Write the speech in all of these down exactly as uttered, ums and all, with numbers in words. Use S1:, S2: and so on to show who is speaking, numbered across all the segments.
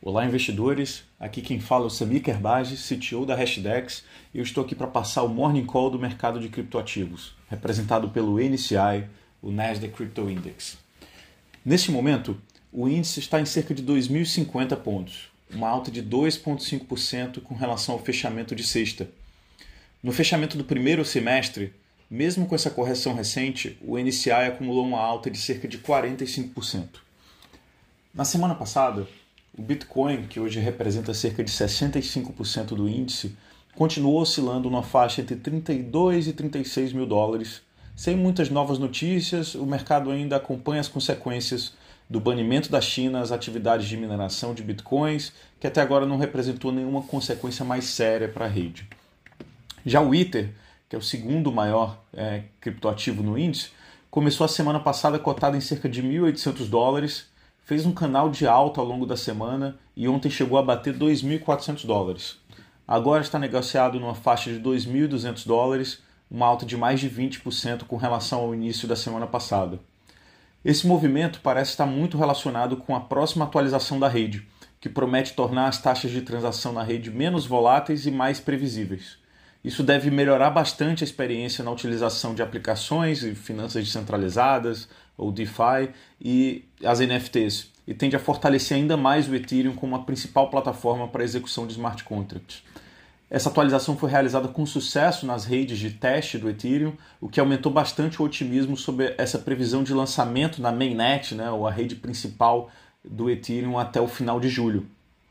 S1: Olá, investidores. Aqui quem fala é o Samir Kerbaj, C T O da Hashdex, e eu estou aqui para passar o Morning Call do mercado de criptoativos, representado pelo N C I, o Nasdaq Crypto Index. Neste momento, o índice está em cerca de dois mil e cinquenta pontos, uma alta de dois vírgula cinco por cento com relação ao fechamento de sexta. No fechamento do primeiro semestre, mesmo com essa correção recente, o N C I acumulou uma alta de cerca de quarenta e cinco por cento. Na semana passada, o Bitcoin, que hoje representa cerca de sessenta e cinco por cento do índice, continuou oscilando numa faixa entre trinta e dois e trinta e seis mil dólares. Sem muitas novas notícias, o mercado ainda acompanha as consequências do banimento da China às atividades de mineração de Bitcoins, que até agora não representou nenhuma consequência mais séria para a rede. Já o Ether, que é o segundo maior é, criptoativo no índice, começou a semana passada cotado em cerca de mil e oitocentos dólares, fez um canal de alta ao longo da semana e ontem chegou a bater dois mil e quatrocentos dólares. Agora está negociado numa faixa de dois mil e duzentos dólares, uma alta de mais de vinte por cento com relação ao início da semana passada. Esse movimento parece estar muito relacionado com a próxima atualização da rede, que promete tornar as taxas de transação na rede menos voláteis e mais previsíveis. Isso deve melhorar bastante a experiência na utilização de aplicações e finanças descentralizadas, ou DeFi, e as N F Ts, e tende a fortalecer ainda mais o Ethereum como a principal plataforma para a execução de smart contracts. Essa atualização foi realizada com sucesso nas redes de teste do Ethereum, o que aumentou bastante o otimismo sobre essa previsão de lançamento na mainnet, né, ou a rede principal do Ethereum, até o final de julho.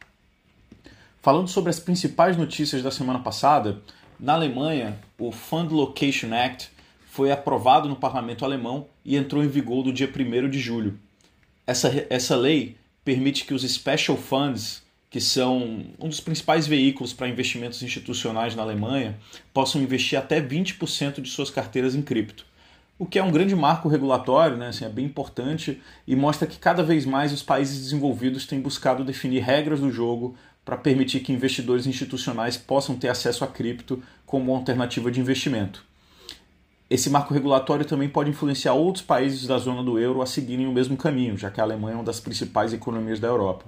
S1: Falando sobre as principais notícias da semana passada, na Alemanha, o Fund Location Act foi aprovado no parlamento alemão e entrou em vigor no dia primeiro de julho. Essa, essa lei permite que os Special Funds, que são um dos principais veículos para investimentos institucionais na Alemanha, possam investir até vinte por cento de suas carteiras em cripto. O que é um grande marco regulatório, né? Assim, é bem importante e mostra que cada vez mais os países desenvolvidos têm buscado definir regras do jogo para permitir que investidores institucionais possam ter acesso a cripto como alternativa de investimento. Esse marco regulatório também pode influenciar outros países da zona do euro a seguirem o mesmo caminho, já que a Alemanha é uma das principais economias da Europa.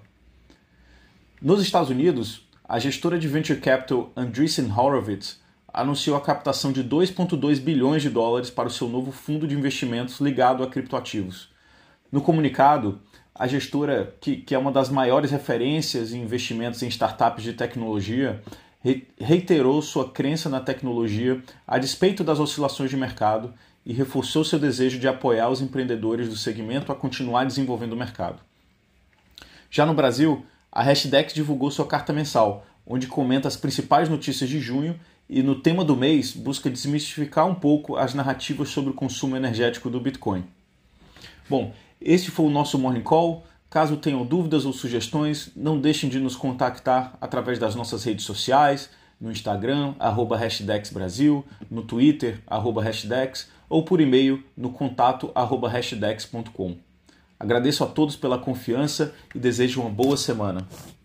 S1: Nos Estados Unidos, a gestora de venture capital Andreessen Horowitz anunciou a captação de dois vírgula dois bilhões de dólares para o seu novo fundo de investimentos ligado a criptoativos. No comunicado, a gestora, que, que é uma das maiores referências em investimentos em startups de tecnologia, reiterou sua crença na tecnologia a despeito das oscilações de mercado e reforçou seu desejo de apoiar os empreendedores do segmento a continuar desenvolvendo o mercado. Já no Brasil, a Hashdex divulgou sua carta mensal, onde comenta as principais notícias de junho e no tema do mês busca desmistificar um pouco as narrativas sobre o consumo energético do Bitcoin. Bom, esse foi o nosso Morning Call. Caso tenham dúvidas ou sugestões, não deixem de nos contactar através das nossas redes sociais, no Instagram, arroba Hashdex Brasil, no Twitter, arroba Hashdex, ou por e-mail no contato arroba hashdex ponto com. Agradeço a todos pela confiança e desejo uma boa semana.